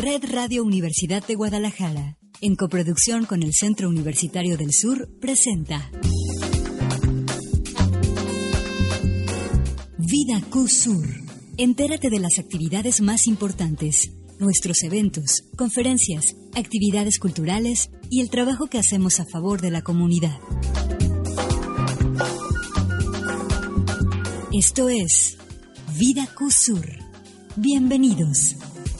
Red Radio Universidad de Guadalajara, en coproducción con el Centro Universitario del Sur, presenta Vida Q Sur. Entérate de las actividades más importantes, nuestros eventos, conferencias, actividades culturales y el trabajo que hacemos a favor de la comunidad. Esto es Vida Q Sur. Bienvenidos.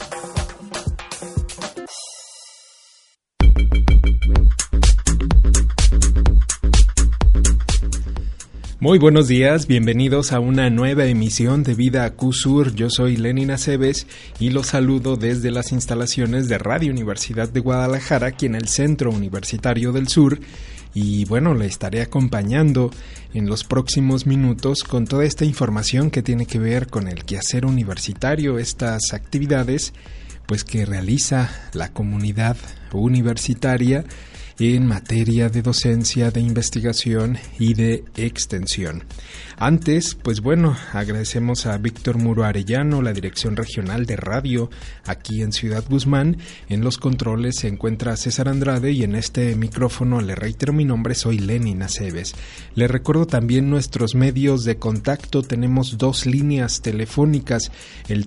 Muy buenos días, bienvenidos a una nueva emisión de Vida Q Sur. Yo soy Lenin Aceves y los saludo desde las instalaciones de Radio Universidad de Guadalajara, aquí en el Centro Universitario del Sur. Y bueno, le estaré acompañando en los próximos minutos con toda esta información que tiene que ver con el quehacer universitario, estas actividades pues que realiza la comunidad universitaria en materia de docencia, de investigación y de extensión. Antes, pues bueno, agradecemos a Víctor Muro Arellano, la Dirección Regional de Radio aquí en Ciudad Guzmán. En los controles se encuentra César Andrade y en este micrófono le reitero mi nombre, soy Lenin Aceves. Le recuerdo también nuestros medios de contacto, tenemos dos líneas telefónicas, el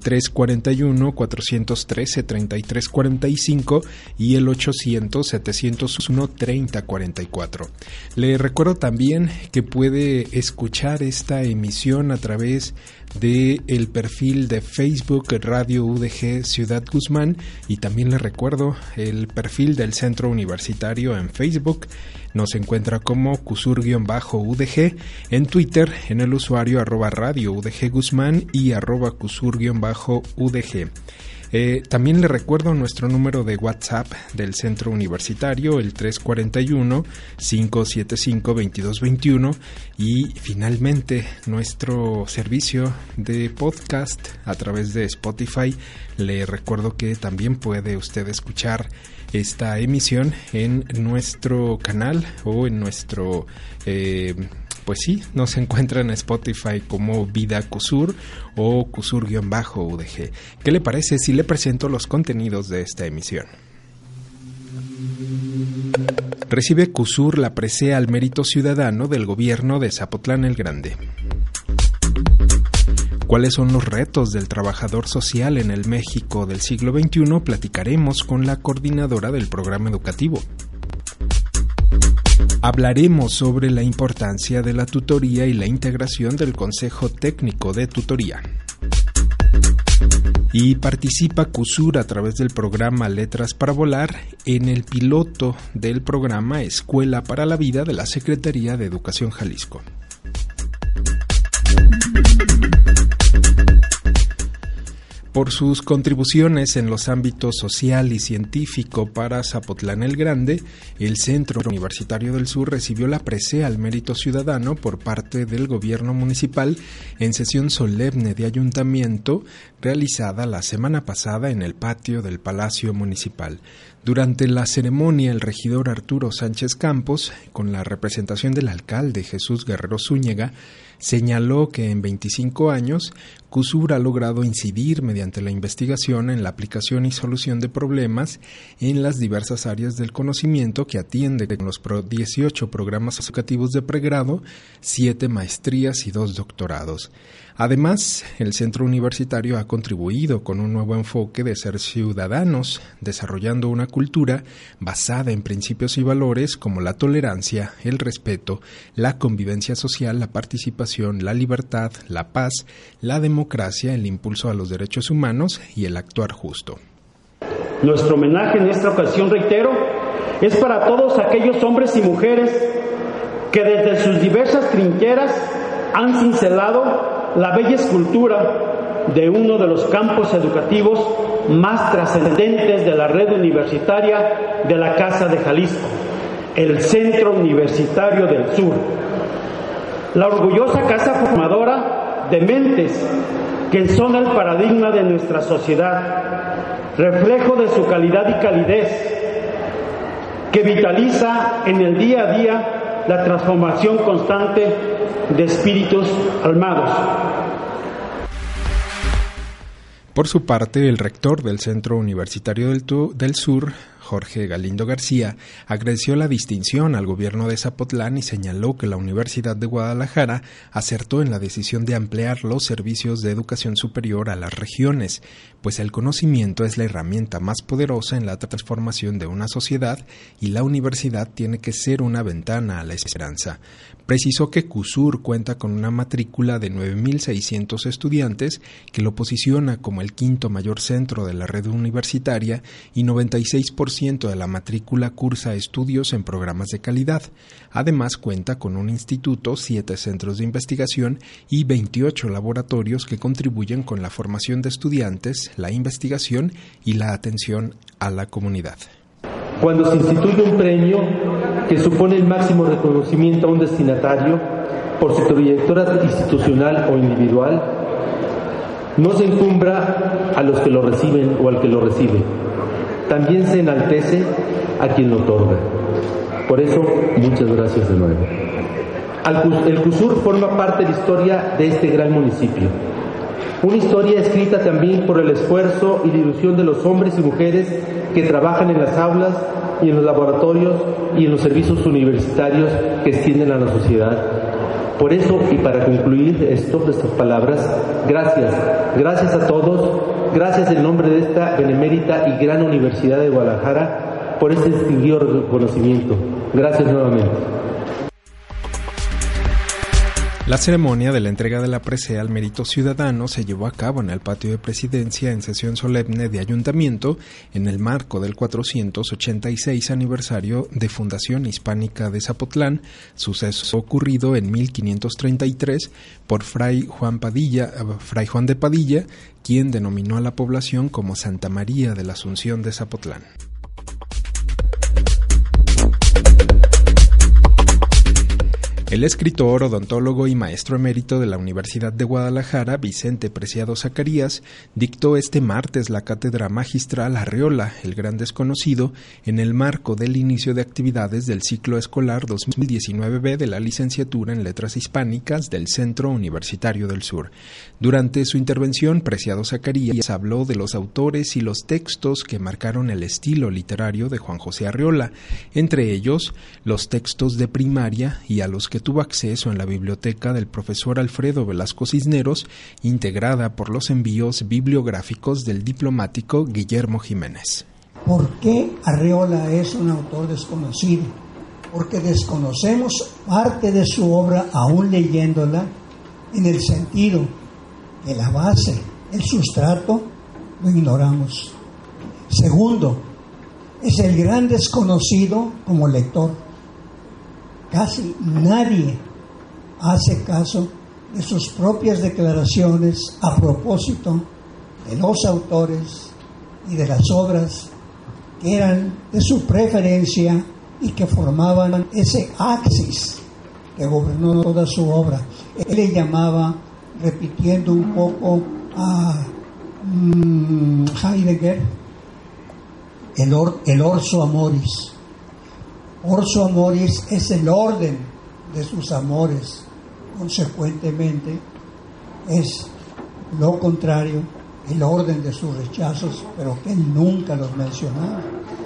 341-413-3345 y el 800-701-3044. Le recuerdo también que puede escuchar esta emisión a través de el perfil de Facebook Radio UDG Ciudad Guzmán, y también le recuerdo el perfil del Centro Universitario en Facebook. Nos encuentra como Cusur-UDG, en Twitter en el usuario @Radio UDG Guzmán y @Cusur-UDG. También le recuerdo nuestro número de WhatsApp del Centro Universitario, el 341-575-2221, y finalmente nuestro servicio de podcast a través de Spotify. Le recuerdo que también puede usted escuchar esta emisión en nuestro canal o en nuestro... Pues sí, nos encuentra en Spotify como Vida Q-Sur o Cusur-UDG. ¿Qué le parece si le presento los contenidos de esta emisión? Recibe Q-Sur la presea al mérito ciudadano del gobierno de Zapotlán el Grande. ¿Cuáles son los retos del trabajador social en el México del siglo XXI? Platicaremos con la coordinadora del programa educativo. Hablaremos sobre la importancia de la tutoría y la integración del Consejo Técnico de Tutoría. Y participa Q-Sur a través del programa Letras para Volar en el piloto del programa Escuela para la Vida de la Secretaría de Educación Jalisco. Por sus contribuciones en los ámbitos social y científico para Zapotlán el Grande, el Centro Universitario del Sur recibió la presea al mérito ciudadano por parte del gobierno municipal en sesión solemne de ayuntamiento realizada la semana pasada en el patio del Palacio Municipal. Durante la ceremonia, el regidor Arturo Sánchez Campos, con la representación del alcalde Jesús Guerrero Zúñiga, señaló que en 25 años, Q-Sur ha logrado incidir mediante la investigación en la aplicación y solución de problemas en las diversas áreas del conocimiento que atiende con los 18 programas educativos de pregrado, 7 maestrías y 2 doctorados. Además, el centro universitario ha contribuido con un nuevo enfoque de ser ciudadanos, desarrollando una cultura basada en principios y valores como la tolerancia, el respeto, la convivencia social, la participación, la libertad, la paz, la democracia, el impulso a los derechos humanos y el actuar justo. Nuestro homenaje en esta ocasión, reitero, es para todos aquellos hombres y mujeres que desde sus diversas trincheras han cincelado la bella escultura de uno de los campos educativos más trascendentes de la red universitaria de la Casa de Jalisco, el Centro Universitario del Sur. La orgullosa casa formadora de mentes que son el paradigma de nuestra sociedad, reflejo de su calidad y calidez, que vitaliza en el día a día la transformación constante de espíritus almados. Por su parte, el rector del Centro Universitario del Sur, Jorge Galindo García, agradeció la distinción al gobierno de Zapotlán y señaló que la Universidad de Guadalajara acertó en la decisión de ampliar los servicios de educación superior a las regiones, pues el conocimiento es la herramienta más poderosa en la transformación de una sociedad y la universidad tiene que ser una ventana a la esperanza. Precisó que CUSUR cuenta con una matrícula de 9.600 estudiantes que lo posiciona como el quinto mayor centro de la red universitaria y 96% de la matrícula cursa estudios en programas de calidad. Además cuenta con un instituto, 7 centros de investigación y 28 laboratorios que contribuyen con la formación de estudiantes, la investigación y la atención a la comunidad. Cuando se instituye un premio que supone el máximo reconocimiento a un destinatario por su trayectoria institucional o individual, no se encumbra a los que lo reciben o al que lo recibe. También se enaltece a quien lo otorga. Por eso, muchas gracias de nuevo. El CUSUR forma parte de la historia de este gran municipio. Una historia escrita también por el esfuerzo y la ilusión de los hombres y mujeres que trabajan en las aulas y en los laboratorios y en los servicios universitarios que extienden a la sociedad. Por eso, y para concluir estas palabras, gracias a todos. Gracias en nombre de esta benemérita y gran Universidad de Guadalajara por este distinguido reconocimiento. Gracias nuevamente. La ceremonia de la entrega de la presea al Mérito Ciudadano se llevó a cabo en el patio de Presidencia en sesión solemne de Ayuntamiento en el marco del 486 aniversario de Fundación Hispánica de Zapotlán, suceso ocurrido en 1533 por Fray Juan de Padilla, quien denominó a la población como Santa María de la Asunción de Zapotlán. El escritor, odontólogo y maestro emérito de la Universidad de Guadalajara, Vicente Preciado Zacarías, dictó este martes la cátedra magistral Arreola, el gran desconocido, en el marco del inicio de actividades del ciclo escolar 2019B de la licenciatura en Letras Hispánicas del Centro Universitario del Sur. Durante su intervención, Preciado Zacarías habló de los autores y los textos que marcaron el estilo literario de Juan José Arreola, entre ellos los textos de primaria y a los que tuvo acceso en la biblioteca del profesor Alfredo Velasco Cisneros, integrada por los envíos bibliográficos del diplomático Guillermo Jiménez. ¿Por qué Arreola es un autor desconocido? Porque desconocemos parte de su obra aún leyéndola, en el sentido que la base, el sustrato, lo ignoramos. Segundo, es el gran desconocido como lector. Casi nadie hace caso de sus propias declaraciones a propósito de los autores y de las obras que eran de su preferencia y que formaban ese axis que gobernó toda su obra. Él le llamaba, repitiendo un poco a Heidegger, el orso amoris. Orso amoris es el orden de sus amores, consecuentemente es lo contrario, el orden de sus rechazos, pero que él nunca los mencionaba.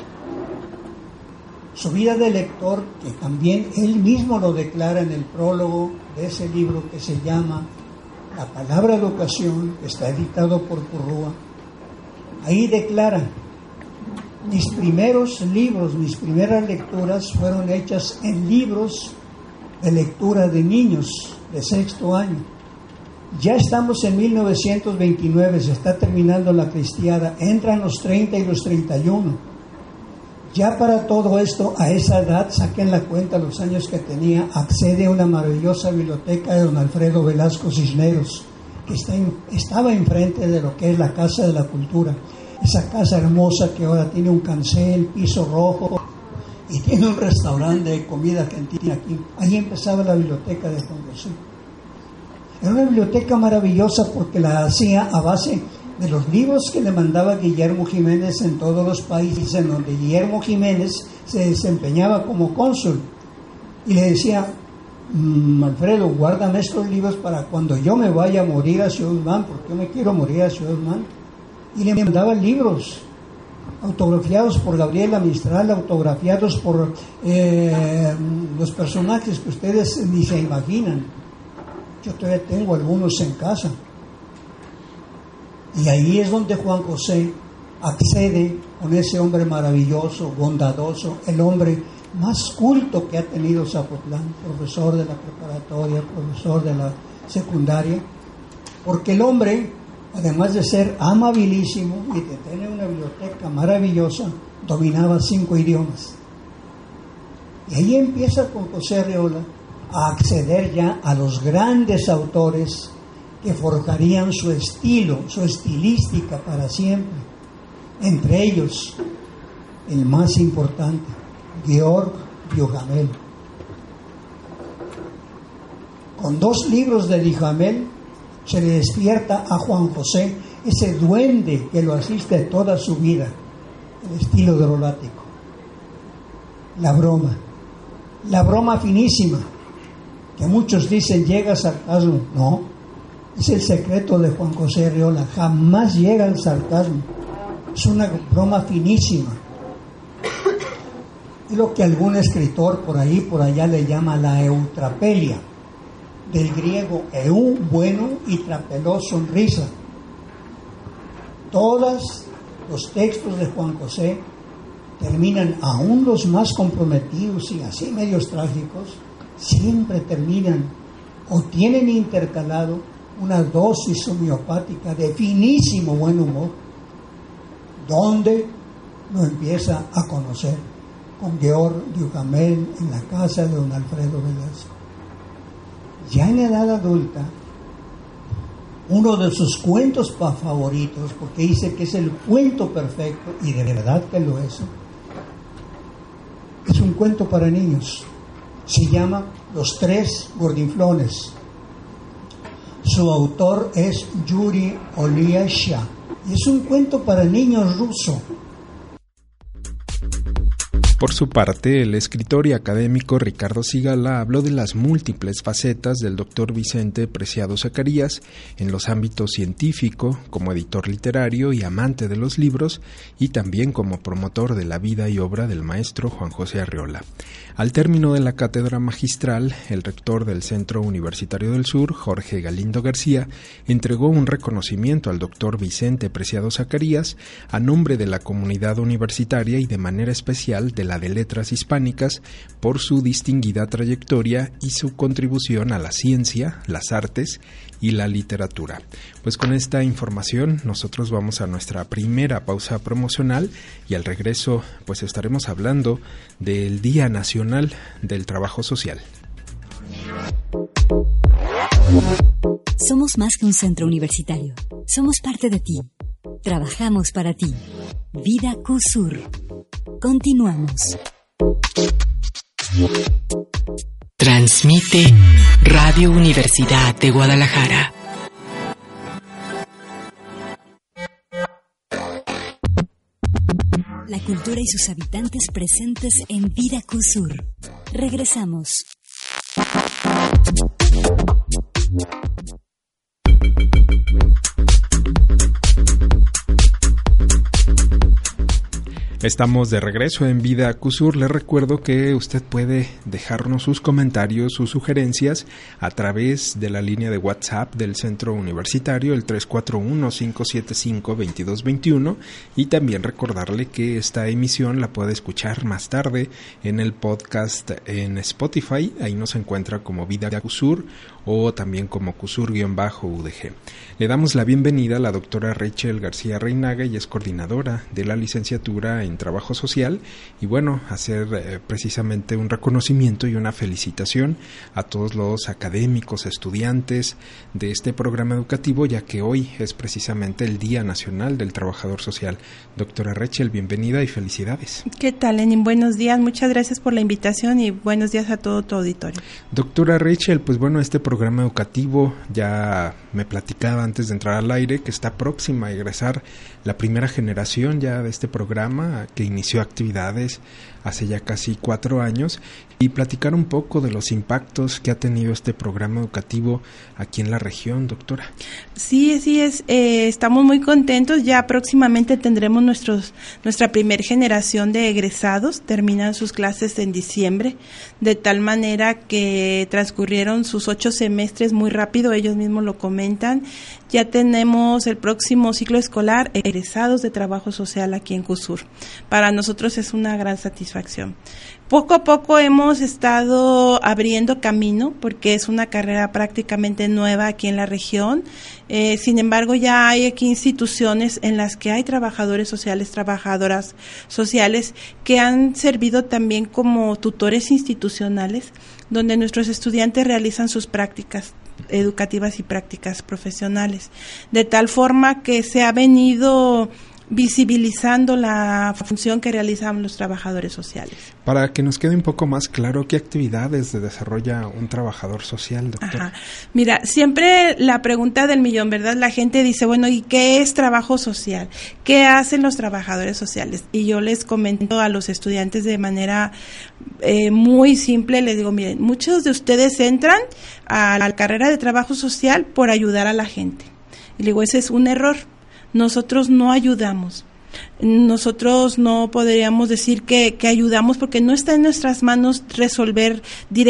Su vida de lector, que también él mismo lo declara en el prólogo de ese libro que se llama La Palabra Educación, que está editado por Currúa, ahí declara: mis primeros libros, mis primeras lecturas fueron hechas en libros de lectura de niños de 6º año. Ya estamos en 1929, se está terminando la cristiada, entran los 30 y los 31. Ya para todo esto, a esa edad, saquen la cuenta los años que tenía, accede a una maravillosa biblioteca de don Alfredo Velasco Cisneros, que estaba enfrente de lo que es la Casa de la Cultura. Esa casa hermosa que ahora tiene un cancel, piso rojo, y tiene un restaurante de comida argentina aquí. Ahí empezaba la biblioteca de Juan José. Era una biblioteca maravillosa porque la hacía a base de los libros que le mandaba Guillermo Jiménez en todos los países en donde Guillermo Jiménez se desempeñaba como cónsul. Y le decía: Alfredo, guárdame estos libros para cuando yo me vaya a morir a Ciudad Guzmán, porque yo me quiero morir a Ciudad Guzmán. y le mandaba libros autografiados por Gabriela Mistral, autografiados por los personajes que ustedes ni se imaginan. Yo todavía tengo algunos en casa. Y ahí es donde Juan José accede con ese hombre maravilloso, bondadoso, el hombre más culto que ha tenido Zapotlán, profesor de la preparatoria, profesor de la secundaria, porque el hombre, además de ser amabilísimo y de tener una biblioteca maravillosa, dominaba 5 idiomas. Y ahí empieza con José Arreola a acceder ya a los grandes autores que forjarían su estilo, su estilística para siempre. Entre ellos, el más importante, Georg Duhamel. Con 2 libros de Duhamel se le despierta a Juan José ese duende que lo asiste toda su vida, el estilo drolático. La broma finísima, que muchos dicen llega al sarcasmo. No, es el secreto de Juan José Arreola, jamás llega al sarcasmo, es una broma finísima. Y lo que algún escritor por ahí, por allá le llama la eutrapelia, del griego eu, bueno, y trapeló, sonrisa. Todos los textos de Juan José terminan, aún los más comprometidos y así medios trágicos, siempre terminan o tienen intercalado una dosis homeopática de finísimo buen humor, donde lo empieza a conocer con Georg Duhamel en la casa de don Alfredo Velasco. Ya en edad adulta, uno de sus cuentos favoritos, porque dice que es el cuento perfecto, y de verdad que lo es un cuento para niños. Se llama Los 3 gordinflones. Su autor es Yuri Oliasha, y es un cuento para niños ruso. Por su parte, el escritor y académico Ricardo Sigala habló de las múltiples facetas del doctor Vicente Preciado Zacarías en los ámbitos científico, como editor literario y amante de los libros, y también como promotor de la vida y obra del maestro Juan José Arreola. Al término de la cátedra magistral, el rector del Centro Universitario del Sur, Jorge Galindo García, entregó un reconocimiento al doctor Vicente Preciado Zacarías a nombre de la comunidad universitaria y de manera especial de la de Letras Hispánicas por su distinguida trayectoria y su contribución a la ciencia, las artes y la literatura. Pues con esta información nosotros vamos a nuestra primera pausa promocional y al regreso pues estaremos hablando del Día Nacional del Trabajo Social. Somos más que un centro universitario. Somos parte de ti. Trabajamos para ti. Vida QSUR. Continuamos. Transmite Radio Universidad de Guadalajara. La cultura y sus habitantes presentes en Vida QSUR. Regresamos. Estamos de regreso en Vida QSUR. Les recuerdo que usted puede dejarnos sus comentarios, sus sugerencias a través de la línea de WhatsApp del Centro Universitario, el 341-575-2221, y también recordarle que esta emisión la puede escuchar más tarde en el podcast en Spotify. Ahí nos encuentra como Vida QSUR o también como QSUR-UDG. Le damos la bienvenida a la doctora Rachel García Reinaga, y es coordinadora de la licenciatura en Trabajo Social, y bueno, hacer precisamente un reconocimiento y una felicitación a todos los académicos, estudiantes de este programa educativo, ya que hoy es precisamente el Día Nacional del Trabajador Social. Doctora Rachel, bienvenida y felicidades. ¿Qué tal, Lenin? Buenos días, muchas gracias por la invitación y buenos días a todo tu auditorio. Doctora Rachel, pues bueno, este programa educativo, ya me platicaba antes de entrar al aire que está próxima a egresar la primera generación ya de este programa programa que inició actividades hace ya casi 4 años y platicar un poco de los impactos que ha tenido este programa educativo aquí en la región, doctora. Sí, así es. Estamos muy contentos. Ya próximamente tendremos nuestra primer generación de egresados. Terminan sus clases en diciembre, de tal manera que transcurrieron sus 8 semestres muy rápido. Ellos mismos lo comentan. Ya tenemos el próximo ciclo escolar egresados de trabajo social aquí en CUSUR. Para nosotros es una gran satisfacción. Poco a poco hemos estado abriendo camino porque es una carrera prácticamente nueva aquí en la región. Sin embargo, ya hay aquí instituciones en las que hay trabajadores sociales, trabajadoras sociales que han servido también como tutores institucionales, donde nuestros estudiantes realizan sus prácticas educativas y prácticas profesionales, de tal forma que se ha venido visibilizando la función que realizan los trabajadores sociales. Para que nos quede un poco más claro, ¿qué actividades desarrolla un trabajador social, doctor? Ajá. Mira, siempre la pregunta del millón, ¿verdad? La gente dice, bueno, ¿y qué es trabajo social? ¿Qué hacen los trabajadores sociales? Y yo les comento a los estudiantes de manera muy simple, les digo, miren, muchos de ustedes entran a la carrera de trabajo social por ayudar a la gente. Y digo, ese es un error. Nosotros no ayudamos. Nosotros no podríamos decir que ayudamos porque no está en nuestras manos resolver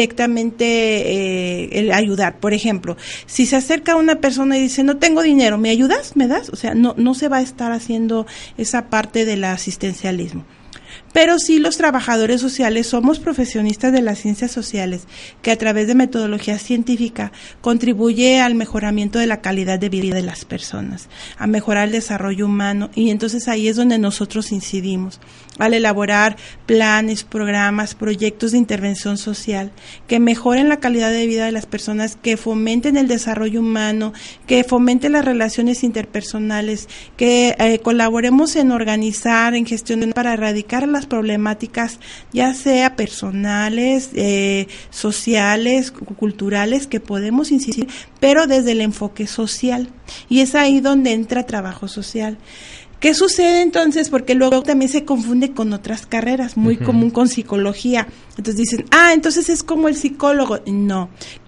directamente el ayudar. Por ejemplo, si se acerca una persona y dice, no tengo dinero, ¿me ayudas? ¿Me das? O sea, no se va a estar haciendo esa parte del asistencialismo. Pero sí, los trabajadores sociales somos profesionistas de las ciencias sociales que a través de metodología científica contribuye al mejoramiento de la calidad de vida de las personas, a mejorar el desarrollo humano, y entonces ahí es donde nosotros incidimos, al elaborar planes, programas, proyectos de intervención social que mejoren la calidad de vida de las personas, que fomenten el desarrollo humano, que fomenten las relaciones interpersonales, que colaboremos en organizar, en gestionar para erradicar las problemáticas, ya sea personales, sociales, culturales, que podemos incidir, pero desde el enfoque social. Y es ahí donde entra trabajo social. ¿Qué sucede entonces? Porque luego también se confunde con otras carreras, muy común con psicología. Entonces dicen, entonces es como el psicólogo. No,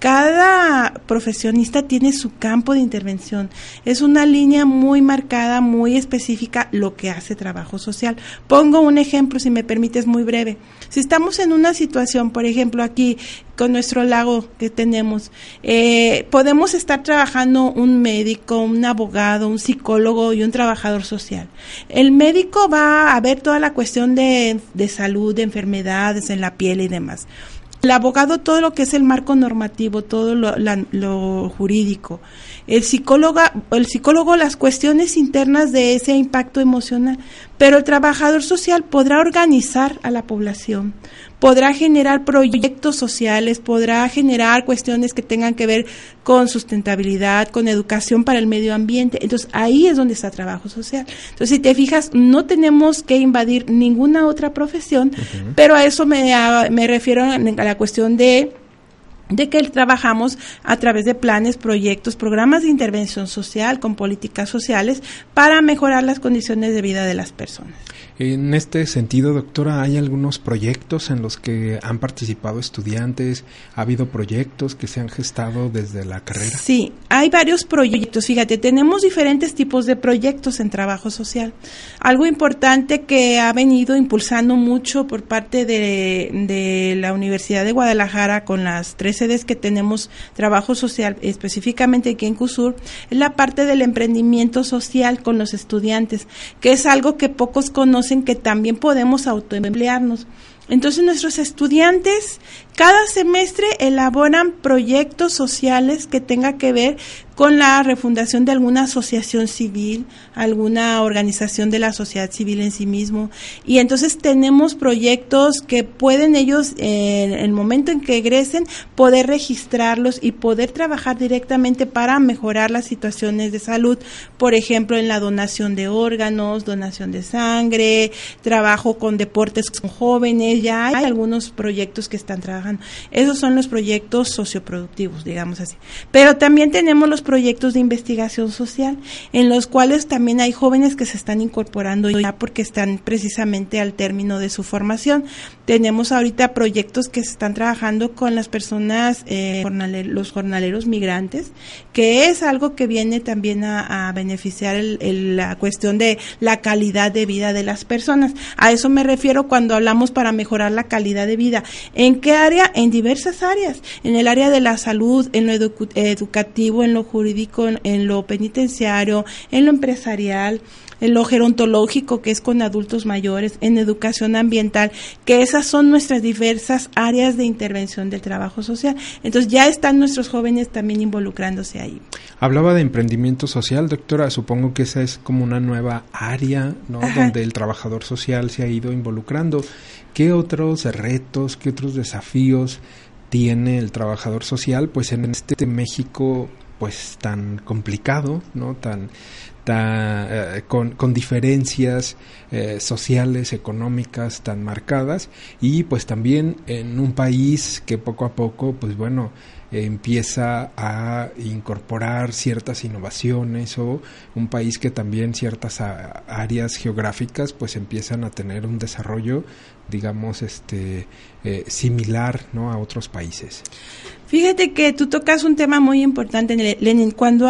cada profesionista tiene su campo de intervención. Es una línea muy marcada, muy específica, lo que hace trabajo social. Pongo un ejemplo, si me permites, muy breve. Si estamos en una situación, por ejemplo, aquí con nuestro lago que tenemos, podemos estar trabajando un médico, un abogado, un psicólogo y un trabajador social. El médico va a ver toda la cuestión de salud, de enfermedades en la piel y demás. El abogado, todo lo que es el marco normativo, todo lo jurídico. El psicólogo, las cuestiones internas de ese impacto emocional. Pero el trabajador social podrá organizar a la población, podrá generar proyectos sociales, podrá generar cuestiones que tengan que ver con sustentabilidad, con educación para el medio ambiente. Entonces, ahí es donde está trabajo social. Entonces, si te fijas, no tenemos que invadir ninguna otra profesión, pero a eso me refiero a la cuestión de que trabajamos a través de planes, proyectos, programas de intervención social con políticas sociales para mejorar las condiciones de vida de las personas. En este sentido, doctora, ¿hay algunos proyectos en los que han participado estudiantes? ¿Ha habido proyectos que se han gestado desde la carrera? Sí, hay varios proyectos. Fíjate, tenemos diferentes tipos de proyectos en trabajo social. Algo importante que ha venido impulsando mucho por parte de la Universidad de Guadalajara con las 3 sedes que tenemos trabajo social, específicamente aquí en CUSUR, es la parte del emprendimiento social con los estudiantes, que es algo que pocos conocen, que también podemos autoemplearnos. Entonces nuestros estudiantes cada semestre elaboran proyectos sociales que tengan que ver con la refundación de alguna asociación civil, alguna organización de la sociedad civil en sí mismo, y entonces tenemos proyectos que pueden ellos, en el momento en que egresen, poder registrarlos y poder trabajar directamente para mejorar las situaciones de salud, por ejemplo, en la donación de órganos, donación de sangre, trabajo con deportes con jóvenes. Ya hay algunos proyectos que están trabajando trabajando. Esos son los proyectos socioproductivos, digamos así. Pero también tenemos los proyectos de investigación social, en los cuales también hay jóvenes que se están incorporando ya porque están precisamente al término de su formación. Tenemos ahorita proyectos que se están trabajando con las personas, los jornaleros migrantes, que es algo que viene también a beneficiar la cuestión de la calidad de vida de las personas. A eso me refiero cuando hablamos para mejorar la calidad de vida. ¿En qué área? En diversas áreas. En el área de la salud, en lo educativo, en lo jurídico, en lo penitenciario, en lo empresarial, en lo gerontológico, que es con adultos mayores, en educación ambiental, que esas son nuestras diversas áreas de intervención del trabajo social. Entonces ya están nuestros jóvenes también involucrándose ahí. Hablaba de emprendimiento social, doctora, supongo que esa es como una nueva área, ¿no? Donde el trabajador social se ha ido involucrando. ¿Qué otros retos, qué otros desafíos tiene el trabajador social, pues en este México pues tan complicado, ¿no? Con diferencias sociales, económicas tan marcadas, y pues también en un país que poco a poco, pues bueno, empieza a incorporar ciertas innovaciones, o un país que también ciertas áreas geográficas pues empiezan a tener un desarrollo, digamos, similar, ¿no?, a otros países. Fíjate que tú tocas un tema muy importante, Lenin. Cuando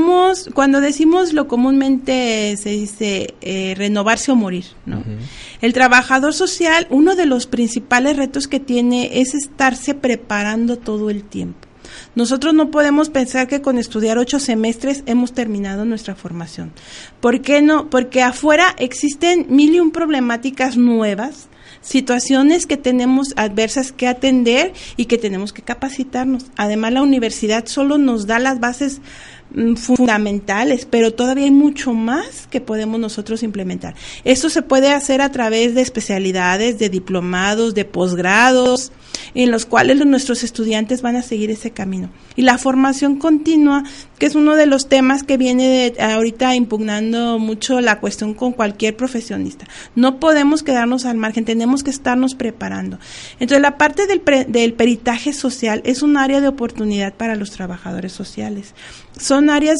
decimos lo comúnmente se dice renovarse o morir, ¿no? Uh-huh. El trabajador social, uno de los principales retos que tiene es estarse preparando todo el tiempo. Nosotros no podemos pensar que con estudiar 8 semestres hemos terminado nuestra formación. ¿Por qué no? Porque afuera existen 1001 problemáticas nuevas, situaciones que tenemos adversas que atender y que tenemos que capacitarnos. Además, la universidad solo nos da las bases fundamentales, pero todavía hay mucho más que podemos nosotros implementar. Esto se puede hacer a través de especialidades, de diplomados, de posgrados, en los cuales nuestros estudiantes van a seguir ese camino. Y la formación continua, que es uno de los temas que viene ahorita impugnando mucho la cuestión con cualquier profesionista. No podemos quedarnos al margen, tenemos que estarnos preparando. Entonces, la parte del peritaje social es un área de oportunidad para los trabajadores sociales. Son áreas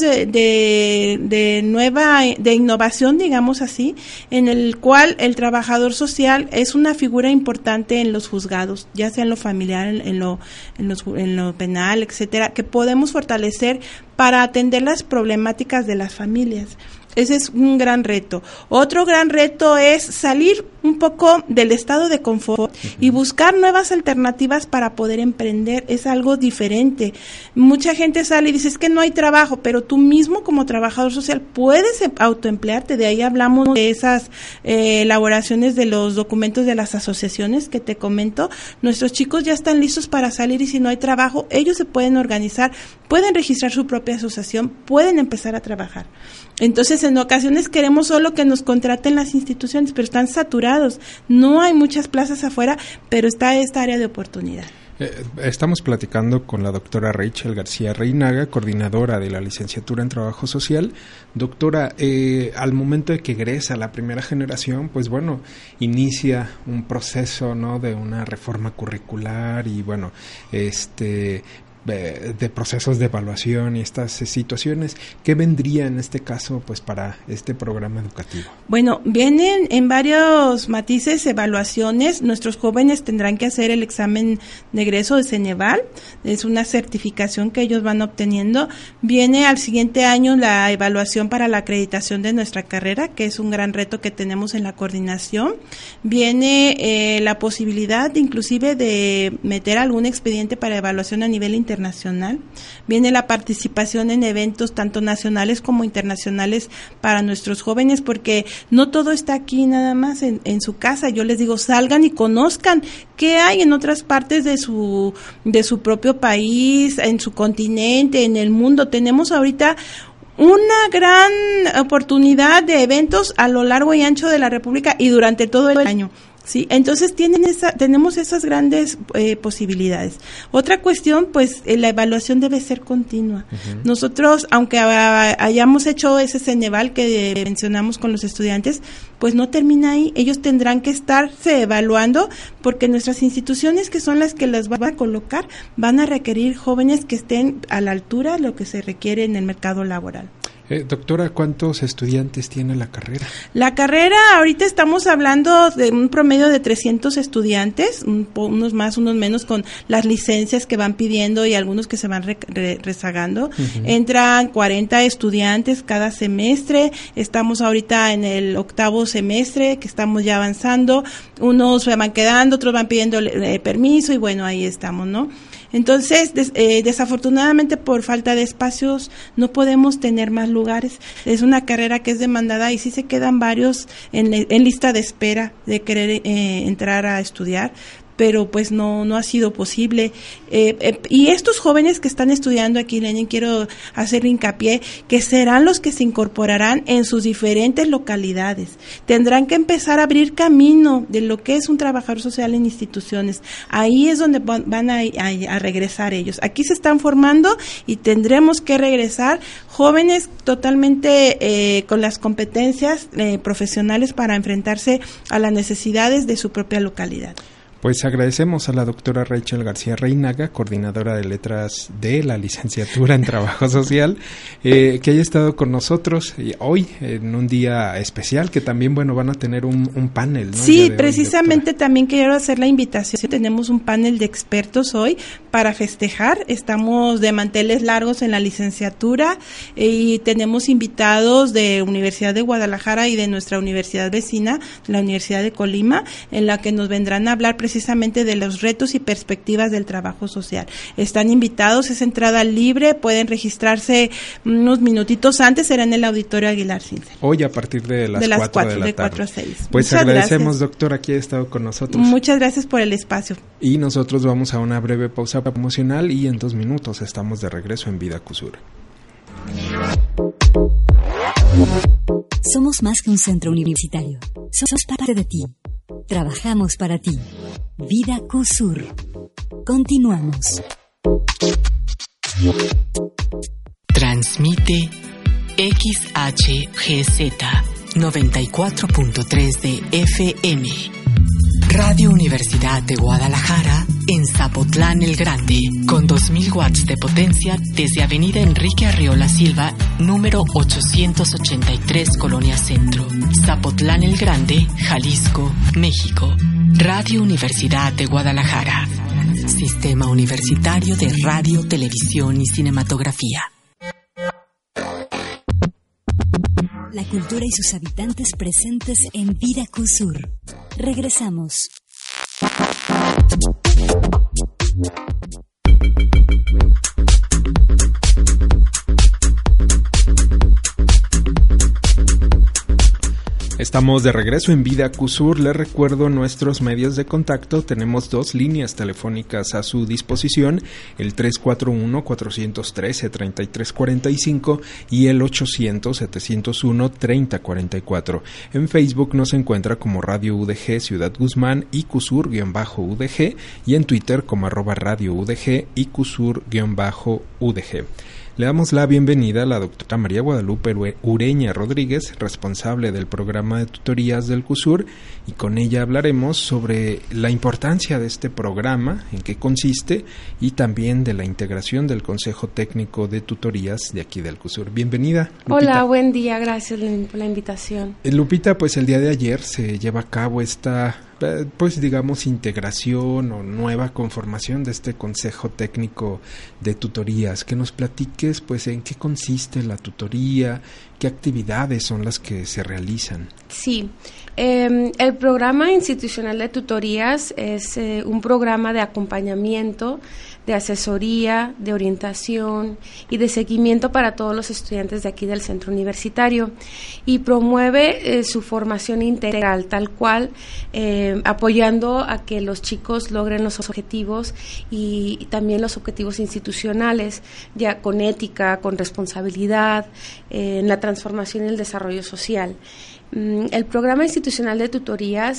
de innovación, digamos así, en el cual el trabajador social es una figura importante en los juzgados, ya sea en lo familiar, en lo penal, etcétera, que podemos fortalecer para atender las problemáticas de las familias. Ese es un gran reto. Otro gran reto es salir un poco del estado de confort y buscar nuevas alternativas para poder emprender. Es algo diferente. Mucha gente sale y dice, es que no hay trabajo, pero tú mismo como trabajador social puedes autoemplearte. De ahí hablamos de esas elaboraciones de los documentos de las asociaciones que te comento. Nuestros chicos ya están listos para salir, y si no hay trabajo, ellos se pueden organizar, pueden registrar su propia asociación, pueden empezar a trabajar. Entonces, en ocasiones queremos solo que nos contraten las instituciones, pero están saturados. No hay muchas plazas afuera, pero está esta área de oportunidad. Estamos platicando con la doctora Rachel García Reinaga, coordinadora de la licenciatura en Trabajo Social. Doctora, al momento de que egresa la primera generación, pues bueno, inicia un proceso, ¿no?, de una reforma curricular y bueno, de procesos de evaluación y estas situaciones. ¿Qué vendría en este caso pues para este programa educativo? Bueno, vienen en varios matices evaluaciones. Nuestros jóvenes tendrán que hacer el examen de egreso de Ceneval, es una certificación que ellos van obteniendo. Viene al siguiente año la evaluación para la acreditación de nuestra carrera, que es un gran reto que tenemos en la coordinación. Viene la posibilidad inclusive de meter algún expediente para evaluación a nivel internacional. Viene la participación en eventos tanto nacionales como internacionales para nuestros jóvenes, porque no todo está aquí nada más en su casa. Yo les digo, salgan y conozcan qué hay en otras partes de su propio país, en su continente, en el mundo. Tenemos ahorita una gran oportunidad de eventos a lo largo y ancho de la República y durante todo el año. Sí, entonces tenemos esas grandes posibilidades. Otra cuestión, pues la evaluación debe ser continua. Uh-huh. Nosotros, aunque hayamos hecho ese Ceneval que mencionamos con los estudiantes, pues no termina ahí. Ellos tendrán que estarse evaluando porque nuestras instituciones, que son las que las van a colocar, van a requerir jóvenes que estén a la altura de lo que se requiere en el mercado laboral. Doctora, ¿cuántos estudiantes tiene la carrera? La carrera, ahorita estamos hablando de un promedio de 300 estudiantes, unos más, unos menos, con las licencias que van pidiendo y algunos que se van rezagando. Uh-huh. Entran 40 estudiantes cada semestre, estamos ahorita en el 8º semestre, que estamos ya avanzando, unos se van quedando, otros van pidiendo permiso y bueno, ahí estamos, ¿no? Entonces, desafortunadamente por falta de espacios no podemos tener más lugares. Es una carrera que es demandada y sí se quedan varios en lista de espera de querer entrar a estudiar, pero pues no ha sido posible. Y estos jóvenes que están estudiando aquí, Lenin, quiero hacer hincapié que serán los que se incorporarán en sus diferentes localidades. Tendrán que empezar a abrir camino de lo que es un trabajador social en instituciones. Ahí es donde van a regresar ellos. Aquí se están formando y tendremos que regresar jóvenes totalmente con las competencias profesionales para enfrentarse a las necesidades de su propia localidad. Pues agradecemos a la doctora Rachel García Reinaga, coordinadora de letras de la licenciatura en Trabajo Social, que haya estado con nosotros hoy en un día especial, que también, bueno, van a tener un panel, ¿no? Sí, precisamente hoy, también quiero hacer la invitación. Tenemos un panel de expertos hoy para festejar. Estamos de manteles largos en la licenciatura y tenemos invitados de Universidad de Guadalajara y de nuestra universidad vecina, la Universidad de Colima, en la que nos vendrán a hablar precisamente de los retos y perspectivas del trabajo social. Están invitados, es entrada libre, pueden registrarse unos minutitos antes, será en el Auditorio Aguilar Cince. Hoy a partir de las 4 de la tarde. 4 a 6. Pues muchas agradecemos, gracias. Doctora, que haya estado con nosotros. Muchas gracias por el espacio. Y nosotros vamos a una breve pausa promocional y en 2 minutos estamos de regreso en Vida CUSUR. Somos más que un centro universitario. Somos parte de ti. Trabajamos para ti. Vida CUSUR. Continuamos. Transmite XHGZ 94.3 de FM. Radio Universidad de Guadalajara en Zapotlán el Grande, con 2000 watts de potencia desde Avenida Enrique Arriola Silva, número 883, Colonia Centro, Zapotlán el Grande, Jalisco, México. Radio Universidad de Guadalajara. Sistema Universitario de Radio, Televisión y Cinematografía. La cultura y sus habitantes presentes en Vida CUSUR. Regresamos. Estamos de regreso en Vida CUSUR. Les recuerdo nuestros medios de contacto. Tenemos 2 líneas telefónicas a su disposición, el 341-413-3345 y el 800-701-3044. En Facebook nos encuentra como Radio UDG Ciudad Guzmán y CUSUR-UDG, y en Twitter como @Radio UDG y CUSUR-UDG. Le damos la bienvenida a la doctora María Guadalupe Ureña Rodríguez, responsable del programa de tutorías del CUSUR, y con ella hablaremos sobre la importancia de este programa, en qué consiste, y también de la integración del Consejo Técnico de Tutorías de aquí del CUSUR. Bienvenida, Lupita. Hola, buen día, gracias por la invitación. Lupita, pues el día de ayer se lleva a cabo esta, pues digamos, integración o nueva conformación de este Consejo Técnico de Tutorías. Que nos platiques, pues, en qué consiste la tutoría, qué actividades son las que se realizan. Sí, el programa institucional de tutorías es un programa de acompañamiento, de asesoría, de orientación y de seguimiento para todos los estudiantes de aquí del centro universitario, y promueve su formación integral, tal cual, apoyando a que los chicos logren los objetivos y también los objetivos institucionales, ya con ética, con responsabilidad, en la transformación y el desarrollo social. El programa institucional de tutorías